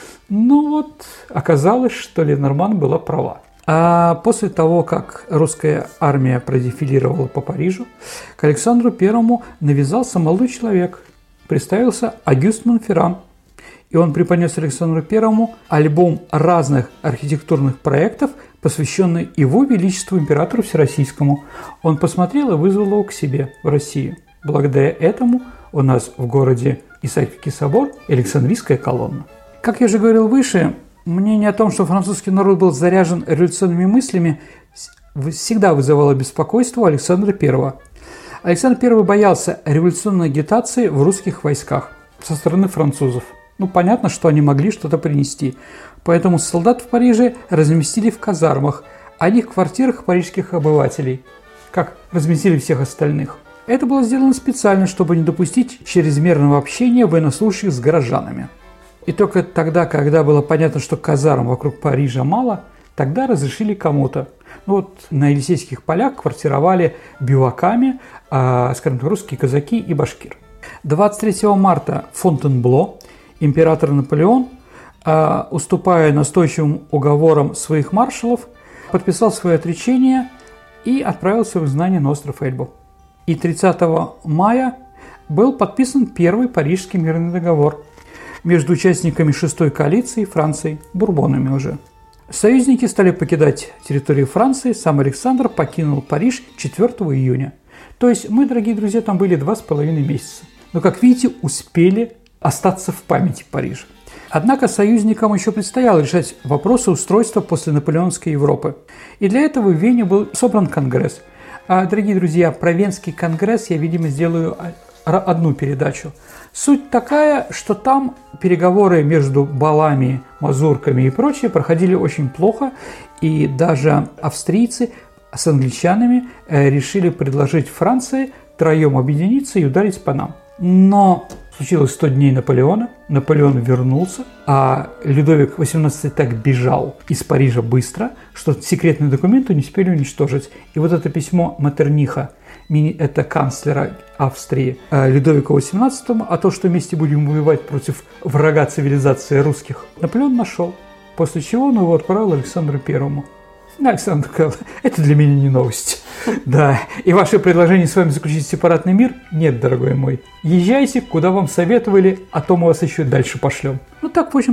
Speaker 3: Ну вот, оказалось, что Ленорман была права. А после того, как русская армия продефилировала по Парижу, к Александру Первому навязался молодой человек, представился Агюст Монферран. И он преподнес Александру Первому альбом разных архитектурных проектов, посвященный его величеству императору Всероссийскому. Он посмотрел и вызвал его к себе в Россию. Благодаря этому у нас в городе Исаакиевский собор и Александрийская колонна. Как я же говорил выше, мнение о том, что французский народ был заряжен революционными мыслями, всегда вызывало беспокойство у Александра Первого. Александр Первый боялся революционной агитации в русских войсках со стороны французов. Ну, понятно, что они могли что-то принести. Поэтому солдат в Париже разместили в казармах, а не в квартирах парижских обывателей, как разместили всех остальных. Это было сделано специально, чтобы не допустить чрезмерного общения военнослужащих с горожанами. И только тогда, когда было понятно, что казарм вокруг Парижа мало, тогда разрешили кому-то. Ну, вот на Елисейских полях квартировали биваками, а, скажем так, русские казаки и башкир. двадцать третьего марта Фонтенбло император Наполеон, уступая настойчивым уговорам своих маршалов, подписал свое отречение и отправился в изгнание на остров Эльбу. И тридцатого мая был подписан первый Парижский мирный договор между участниками шестой коалиции Франции, бурбонами уже. Союзники стали покидать территорию Франции, сам Александр покинул Париж четвёртого июня. То есть мы, дорогие друзья, там были два с половиной месяца. Но, как видите, успели остаться в памяти Парижа. Однако союзникам еще предстояло решать вопросы устройства после наполеонской Европы. И для этого в Вене был собран конгресс. А, дорогие друзья, про Венский конгресс я, видимо, сделаю одну передачу. Суть такая, что там переговоры между балами, мазурками и прочее проходили очень плохо, и даже австрийцы с англичанами решили предложить Франции втроем объединиться и ударить по нам. Но случилось сто дней Наполеона, Наполеон вернулся, а Людовик восемнадцатый так бежал из Парижа быстро, что секретные документы не успели уничтожить. И вот это письмо Меттерниха, это канцлера Австрии, Людовику восемнадцатому, о том, что вместе будем воевать против врага цивилизации русских, Наполеон нашел, после чего он его отправил Александру Первому. Александр сказал, это для меня не новость. Да, и ваше предложение с вами заключить сепаратный мир? Нет, дорогой мой. Езжайте, куда вам советовали, а то мы вас еще дальше пошлем. Ну так, в общем-то,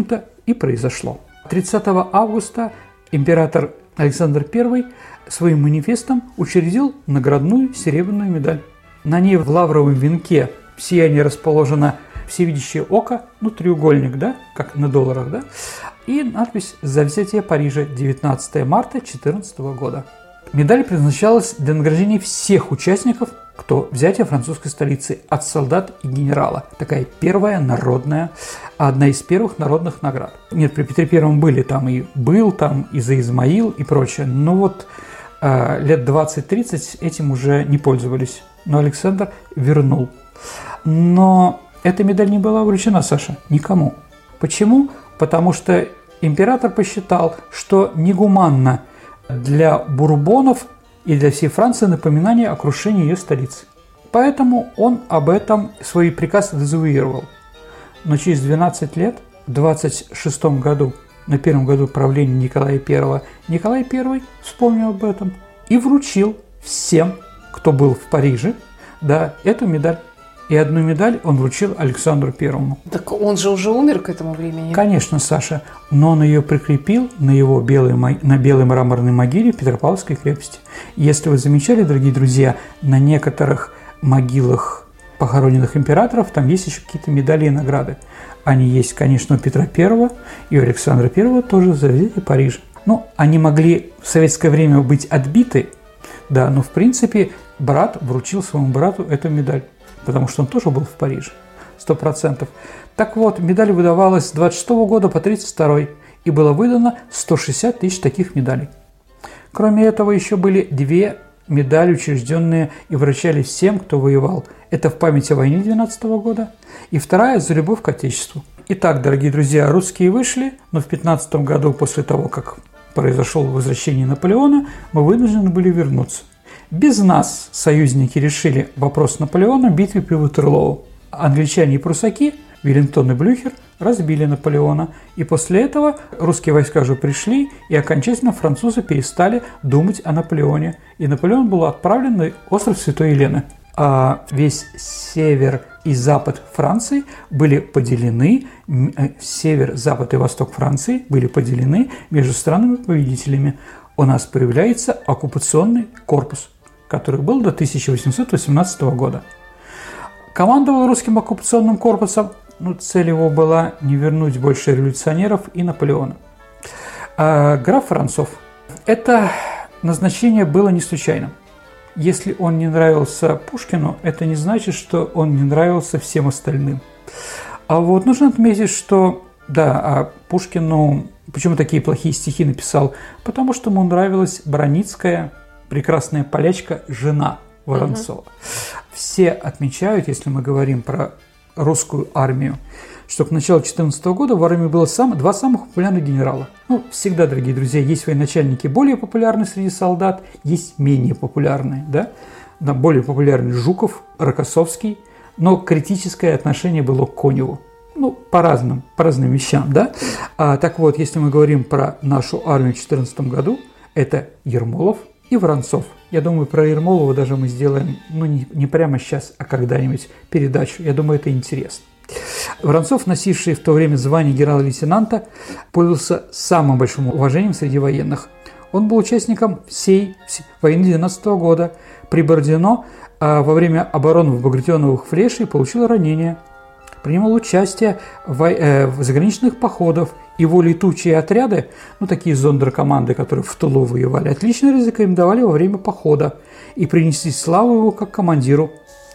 Speaker 3: и произошло. тридцатого августа император Александр Первый своим манифестом учредил наградную серебряную медаль. На ней в лавровом венке в сиянии расположено всевидящее око, ну, треугольник, да, как на долларах, да, и надпись «За взятие Парижа, девятнадцатого марта две тысячи четырнадцатого года». Медаль предназначалась для награждения всех участников, кто взятие французской столицы, от солдат и генерала. Такая первая народная, одна из первых народных наград. Нет, при Петре Первом были там и был, там и за Измаил и прочее, но вот э, лет двадцать-тридцать этим уже не пользовались. Но Александр вернул. Но эта медаль не была вручена, Саша, никому. Почему? Потому что император посчитал, что негуманно для бурбонов и для всей Франции напоминание о крушении ее столицы. Поэтому он об этом свой приказ дезавуировал. Но через двенадцать лет, в двадцать шестом году, на первом году правления Николая Первого, Николай Первый вспомнил об этом и вручил всем, кто был в Париже, да, эту медаль. И одну медаль он вручил Александру Первому.
Speaker 2: Так он же уже умер к этому времени.
Speaker 3: Конечно, Саша, но он ее прикрепил на его белой, на белой мраморной могиле в Петропавловской крепости. Если вы замечали, дорогие друзья, на некоторых могилах похороненных императоров там есть еще какие-то медали и награды. Они есть, конечно, у Петра Первого и у Александра Первого тоже за взятие Парижа. Ну, они могли в советское время быть отбиты, да, но в принципе брат вручил своему брату эту медаль, потому что он тоже был в Париже, сто процентов. Так вот, медаль выдавалась с двадцать шестого года по тридцать второй, и было выдано сто шестьдесят тысяч таких медалей. Кроме этого, еще были две медали, учрежденные и вручали всем, кто воевал. Это в память о войне двенадцатого года, и вторая за любовь к Отечеству. Итак, дорогие друзья, русские вышли, но в пятнадцатом году, после того, как произошло возвращение Наполеона, мы вынуждены были вернуться. Без нас союзники решили вопрос Наполеона в битве при Ватерлоу. Англичане и прусаки, Веллингтон и Блюхер, разбили Наполеона. И после этого русские войска уже пришли, и окончательно французы перестали думать о Наполеоне. И Наполеон был отправлен на остров Святой Елены. А весь север и запад Франции были поделены, север, запад и восток Франции были поделены между странами-победителями. У нас появляется оккупационный корпус, который был до тысяча восемьсот восемнадцатого года. Командовал русским оккупационным корпусом, ну, цель его была не вернуть больше революционеров и Наполеона. А граф Воронцов. Это назначение было не случайным. Если он не нравился Пушкину, это не значит, что он не нравился всем остальным. А вот нужно отметить, что, да, а Пушкину, почему такие плохие стихи написал? Потому что ему нравилась Броницкая, прекрасная полячка, жена Воронцова. Угу. Все отмечают, если мы говорим про русскую армию, что к началу четырнадцатого года в армии было сам, два самых популярных генерала. Ну, всегда, дорогие друзья, есть военачальники более популярные среди солдат, есть менее популярные, да? Да, более популярный Жуков, Рокоссовский, но критическое отношение было к Коневу. Ну, по разным, по разным вещам, да? А, так вот, если мы говорим про нашу армию в две тысячи четырнадцатом году, это Ермолов и Воронцов. Я думаю, про Ермолова даже мы сделаем, ну, не, не прямо сейчас, а когда-нибудь передачу. Я думаю, это интересно. Воронцов, носивший в то время звание генерала-лейтенанта, пользовался самым большим уважением среди военных. Он был участником всей войны двенадцатого года. При Бородино а, во время обороны в Багратионовых Флешей получил ранение. Принимал участие в, э, в заграничных походах. Его летучие отряды, ну такие зондеркоманды, которые в тылу воевали, отлично рекомендовали во время похода и принесли славу его как командиру.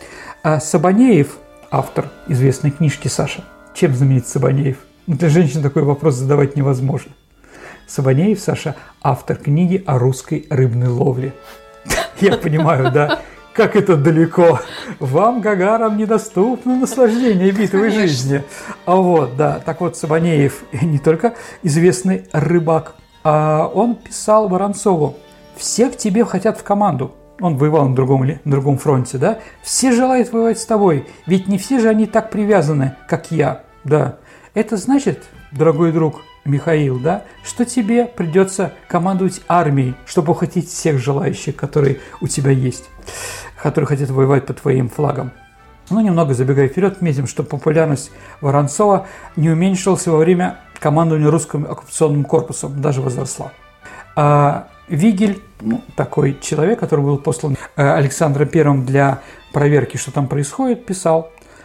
Speaker 3: А Сабанеев, автор известной книжки, Саша. Чем знаменит Сабанеев? Ну, для женщин такой вопрос задавать невозможно. Сабанеев, Саша, автор книги о русской рыбной ловле. Я понимаю, да? Как это далеко. Вам, гагарам, недоступно наслаждение битвой жизни. А вот, да, так вот, Сабанеев не только известный рыбак, а он писал Воронцову: «Все к тебе хотят в команду». Он воевал на другом, на другом фронте, да? «Все желают воевать с тобой, ведь не все же они так привязаны, как я». Да, это значит, дорогой друг Михаил, да, что тебе придется командовать армией, чтобы ухватить всех желающих, которые у тебя есть, которые хотят воевать под твоим флагом. Ну, немного забегая вперед, отметим, что популярность Воронцова не уменьшилась во время командование русским оккупационным корпусом, даже возросла. А Вигель, ну, такой человек, который был послан Александром Первым для проверки, что там происходит, писал,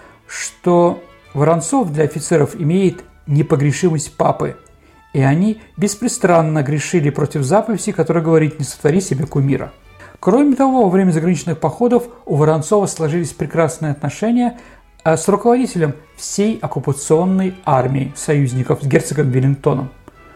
Speaker 3: что Воронцов для офицеров имеет непогрешимость папы, и они беспрестанно грешили против заповеди, которая говорит «не сотвори себе кумира». Кроме того, во время заграничных походов у Воронцова сложились прекрасные отношения с руководителем всей оккупационной армии союзников, с герцогом Веллингтоном.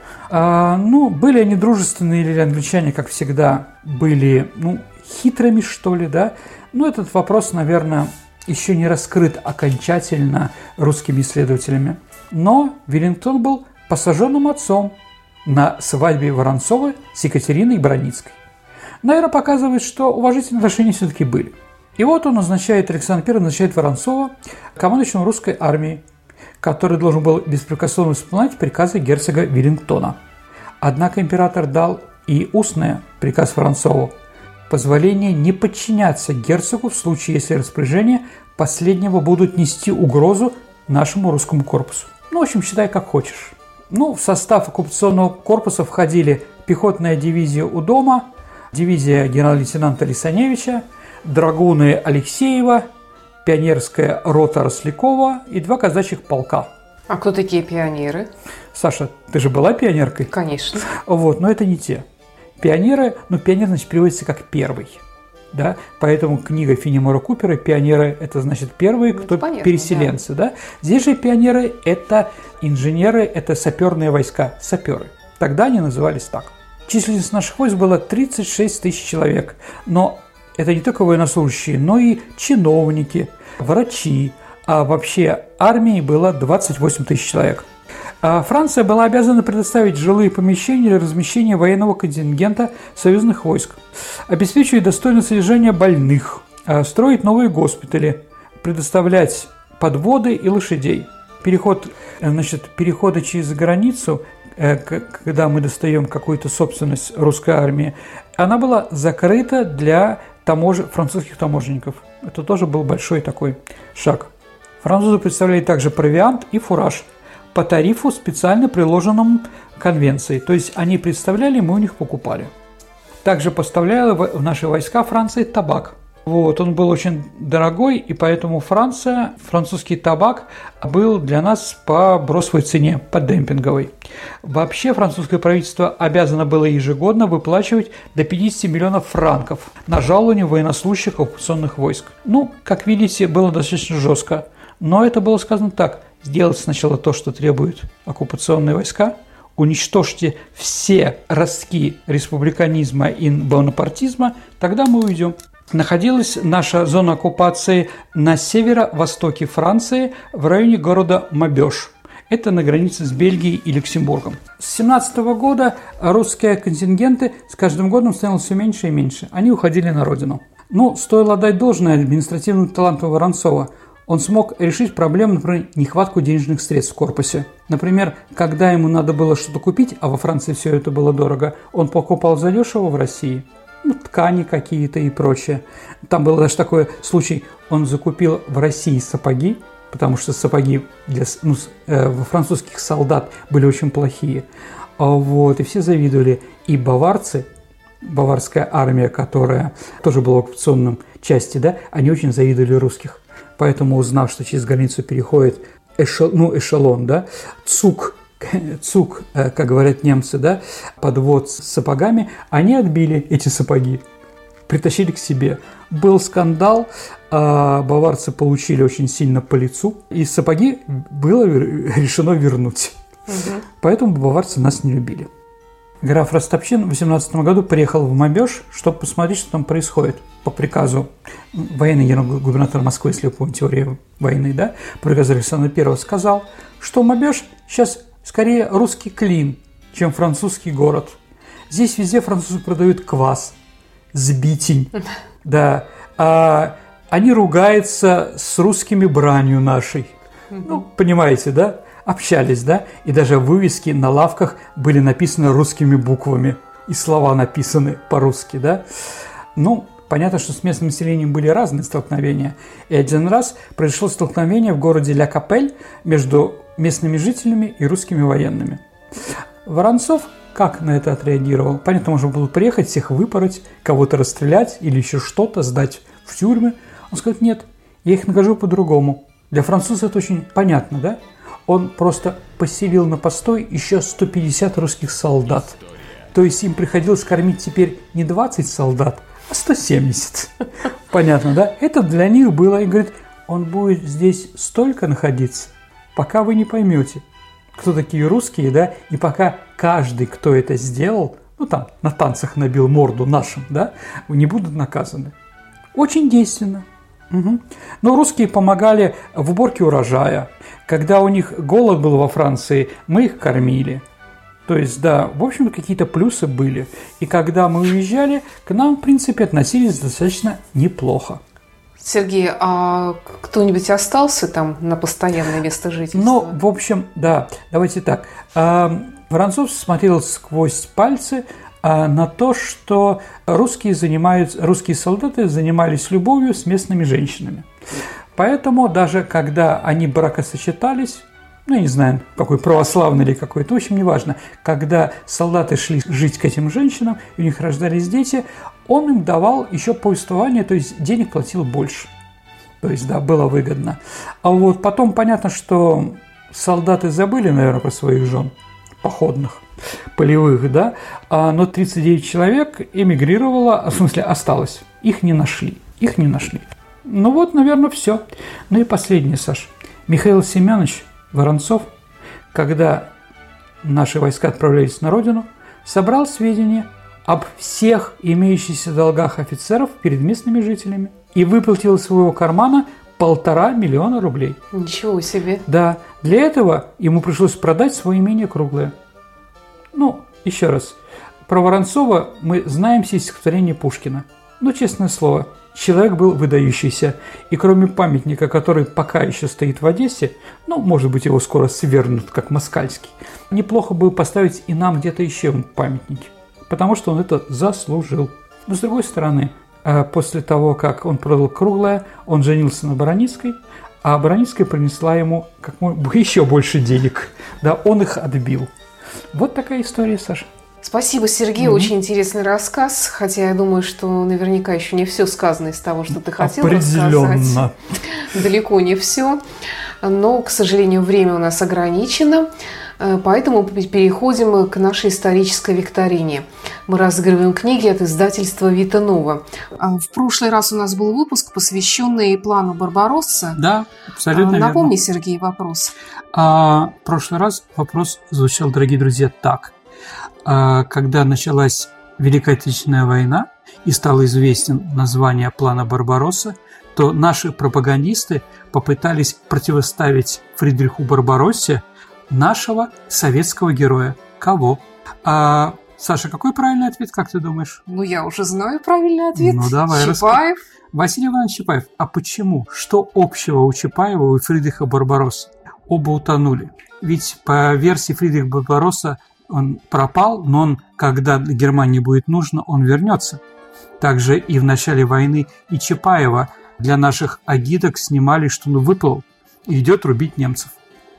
Speaker 3: А, ну, были они дружественные или англичане, как всегда, были, ну, хитрыми, что ли, да? Но этот вопрос, наверное, еще не раскрыт окончательно русскими исследователями. Но Веллингтон был посаженным отцом на свадьбе Воронцова с Екатериной Броницкой. Наверное, показывает, что уважительные отношения все-таки были. И вот он назначает, Александр Первый назначает Воронцова командующим русской армией, который должен был беспрекословно исполнять приказы герцога Веллингтона. Однако император дал и устный приказ Воронцову – позволение не подчиняться герцогу в случае, если распоряжения последнего будут нести угрозу нашему русскому корпусу. Ну, в общем, считай, как хочешь. Ну, в состав оккупационного корпуса входили пехотная дивизия у дома, дивизия генерал-лейтенанта Лисаневича, драгуны Алексеева, пионерская рота Рослякова и два казачьих полка.
Speaker 2: А кто такие пионеры?
Speaker 3: Саша, ты же была пионеркой?
Speaker 2: Конечно.
Speaker 3: Вот, но это не те. Пионеры, ну, пионер, значит, переводится как первый. Да? Поэтому книга Фенемора Купера «Пионеры» – это, значит, первые, кто
Speaker 2: понятно,
Speaker 3: переселенцы. Да. Да? Здесь же пионеры – это инженеры, это саперные войска, саперы. Тогда они назывались так. Численность наших войск была тридцать шесть тысяч человек. Но это не только военнослужащие, но и чиновники, врачи. А вообще армии было двадцать восемь тысяч человек. А Франция была обязана предоставить жилые помещения для размещения военного контингента союзных войск, обеспечивать достойное содержание больных, строить новые госпитали, предоставлять подводы и лошадей. Переход, значит, переходы через границу, когда мы достаем какую-то собственность русской армии, она была закрыта для тамож... французских таможенников. Это тоже был большой такой шаг. Французы представляли также провиант и фураж по тарифу, специально приложенному к конвенции. То есть они представляли, мы у них покупали. Также поставляла в наши войска Франция табак. Вот, он был очень дорогой, и поэтому Франция, французский табак был для нас по бросовой цене, по демпинговой. Вообще французское правительство обязано было ежегодно выплачивать до пятидесяти миллионов франков на жалование военнослужащих оккупационных войск. Ну, как видите, было достаточно жестко. Но это было сказано так: сделать сначала то, что требуют оккупационные войска, уничтожьте все ростки республиканизма и бонапартизма, тогда мы уйдем. Находилась наша зона оккупации на северо-востоке Франции в районе города Мабеж. Это на границе с Бельгией и Люксембургом. С семнадцатого года русские контингенты с каждым годом становилось все меньше и меньше. Они уходили на родину. Но стоило отдать должное административному таланту Воронцова. Он смог решить проблему, например, нехватку денежных средств в корпусе. Например, когда ему надо было что-то купить, а во Франции все это было дорого, он покупал задешево в России. Ну, ткани какие-то и прочее. Там был даже такой случай, он закупил в России сапоги, потому что сапоги для, ну, э, французских солдат были очень плохие. Вот, и все завидовали. И баварцы, баварская армия, которая тоже была в оккупационном части, да, они очень завидовали русских. Поэтому, узнав, что через границу переходит эшел, ну, эшелон, да, цук, цук, как говорят немцы, да, подвод с сапогами, они отбили эти сапоги, притащили к себе. Был скандал, баварцы получили очень сильно по лицу, и сапоги было решено вернуть. Угу. Поэтому баварцы нас не любили. Граф Растопчин в восемнадцатом году приехал в Мабеж, чтобы посмотреть, что там происходит. По приказу военный губернатор Москвы, если вы помните теорию войны, да, по приказу Александра Первого сказал, что Мабеж сейчас скорее русский Клин, чем французский город. Здесь везде французы продают квас, сбитень, да, а они ругаются с русскими бранью нашей. Ну, понимаете, да? Общались, да? И даже вывески на лавках были написаны русскими буквами, и слова написаны по-русски, да? Ну, понятно, что с местным населением были разные столкновения. И один раз произошло столкновение в городе Ля Капель между местными жителями и русскими военными. Воронцов как на это отреагировал? Понятно, можно было приехать, всех выпороть, кого-то расстрелять или еще что-то, сдать в тюрьмы. Он сказал: нет, я их накажу по-другому. Для француза это очень понятно, да? Он просто поселил на постой еще сто пятьдесят русских солдат. То есть им приходилось кормить теперь не двадцать солдат, а сто семьдесят. Понятно, да? Это для них было. И говорит, он будет здесь столько находиться, пока вы не поймете, кто такие русские, да? И пока каждый, кто это сделал, ну там на танцах набил морду нашим, да, не будут наказаны. Очень действенно. Угу. Но русские помогали в уборке урожая. Когда у них голод был во Франции, мы их кормили. То есть, да, в общем, какие-то плюсы были. И когда мы уезжали, к нам, в принципе, относились достаточно неплохо.
Speaker 2: Сергей, а кто-нибудь остался там на постоянное место жительства?
Speaker 3: Ну, в общем, да, давайте так. Воронцов смотрел сквозь пальцы на то, что русские, занимаются, русские солдаты занимались любовью с местными женщинами. Поэтому даже когда они бракосочетались, ну, я не знаю, какой православный или какой-то, в общем, неважно, когда солдаты шли жить к этим женщинам, и у них рождались дети, он им давал еще повествование, то есть денег платил больше. То есть, да, было выгодно. А вот потом понятно, что солдаты забыли, наверное, про своих жен походных, полевых, да, но тридцать девять человек эмигрировало, в смысле, осталось. Их не нашли, их не нашли. Ну вот, наверное, все. Ну и последнее, Саш. Михаил Семенович Воронцов, когда наши войска отправлялись на родину, собрал сведения об всех имеющихся долгах офицеров перед местными жителями и выплатил из своего кармана полтора миллиона рублей.
Speaker 2: Ничего себе! Да,
Speaker 3: для этого ему пришлось продать свое имение Круглое. Ну, еще раз, про Воронцова мы знаем все стихотворения Пушкина. Но, честное слово, человек был выдающийся, и кроме памятника, который пока еще стоит в Одессе, ну, может быть, его скоро свернут, как Москальский, неплохо бы поставить и нам где-то еще памятники, потому что он это заслужил. Но, с другой стороны, после того, как он продал Круглое, он женился на Бараницкой, а Бараницкая принесла ему как еще больше денег. Да, он их отбил. Вот такая история, Саша.
Speaker 2: Спасибо, Сергей. Mm-hmm. Очень интересный рассказ. Хотя я думаю, что наверняка еще не все сказано из того, что ты хотел рассказать. Далеко не все. Но, к сожалению, время у нас ограничено. Поэтому переходим к нашей исторической викторине. Мы разыгрываем книги от издательства Вита Нова. В прошлый раз у нас был выпуск, посвященный плану Барбаросса.
Speaker 3: Да, абсолютно верно.
Speaker 2: Напомни, Сергей, вопрос.
Speaker 3: А, в прошлый раз вопрос звучал, дорогие друзья, так. А, когда началась Великая Отечественная война и стало известен название плана Барбаросса, то наши пропагандисты попытались противоставить Фридриху Барбароссе нашего советского героя. Кого? А, Саша, какой правильный ответ, как ты думаешь?
Speaker 2: Ну, я уже знаю правильный ответ.
Speaker 3: Ну, давай.
Speaker 2: Чапаев.
Speaker 3: Рас... Василий Иванович Чапаев. А почему? Что общего у Чапаева и у Фридриха Барбаросса? Оба утонули. Ведь по версии Фридриха Барбаросса он пропал, но он, когда Германии будет нужно, он вернется. Также и в начале войны и Чапаева для наших агиток снимали, что он выплыл и идет рубить немцев.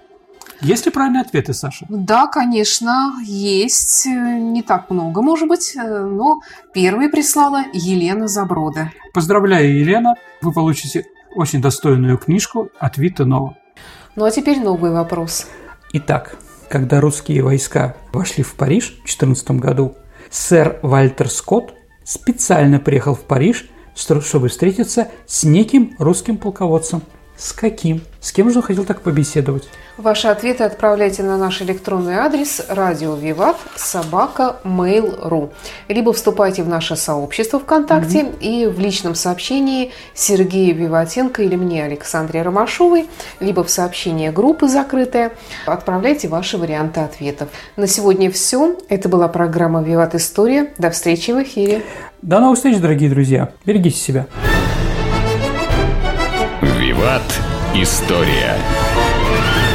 Speaker 3: Есть ли правильные ответы, Саша?
Speaker 2: Да, конечно, есть. Не так много, может быть, но первой прислала Елена Заброда.
Speaker 3: Поздравляю, Елена. Вы получите очень достойную книжку от Вита Нова.
Speaker 2: Ну, а теперь новый вопрос.
Speaker 3: Итак, когда русские войска вошли в Париж в тысяча девятьсот четырнадцатом году, сэр Вальтер Скотт специально приехал в Париж, чтобы встретиться с неким русским полководцем. С каким? С кем же он хотел так побеседовать?
Speaker 2: Ваши ответы отправляйте на наш электронный адрес радио виват собака мейл точка ру, либо вступайте в наше сообщество ВКонтакте mm-hmm. и в личном сообщении Сергею Виватенко или мне, Александре Ромашовой, либо в сообщение группы «Закрытая». Отправляйте ваши варианты ответов. На сегодня все. Это была программа «Виват История». До встречи в эфире.
Speaker 3: До новых встреч, дорогие друзья. Берегите себя.
Speaker 1: Виват История.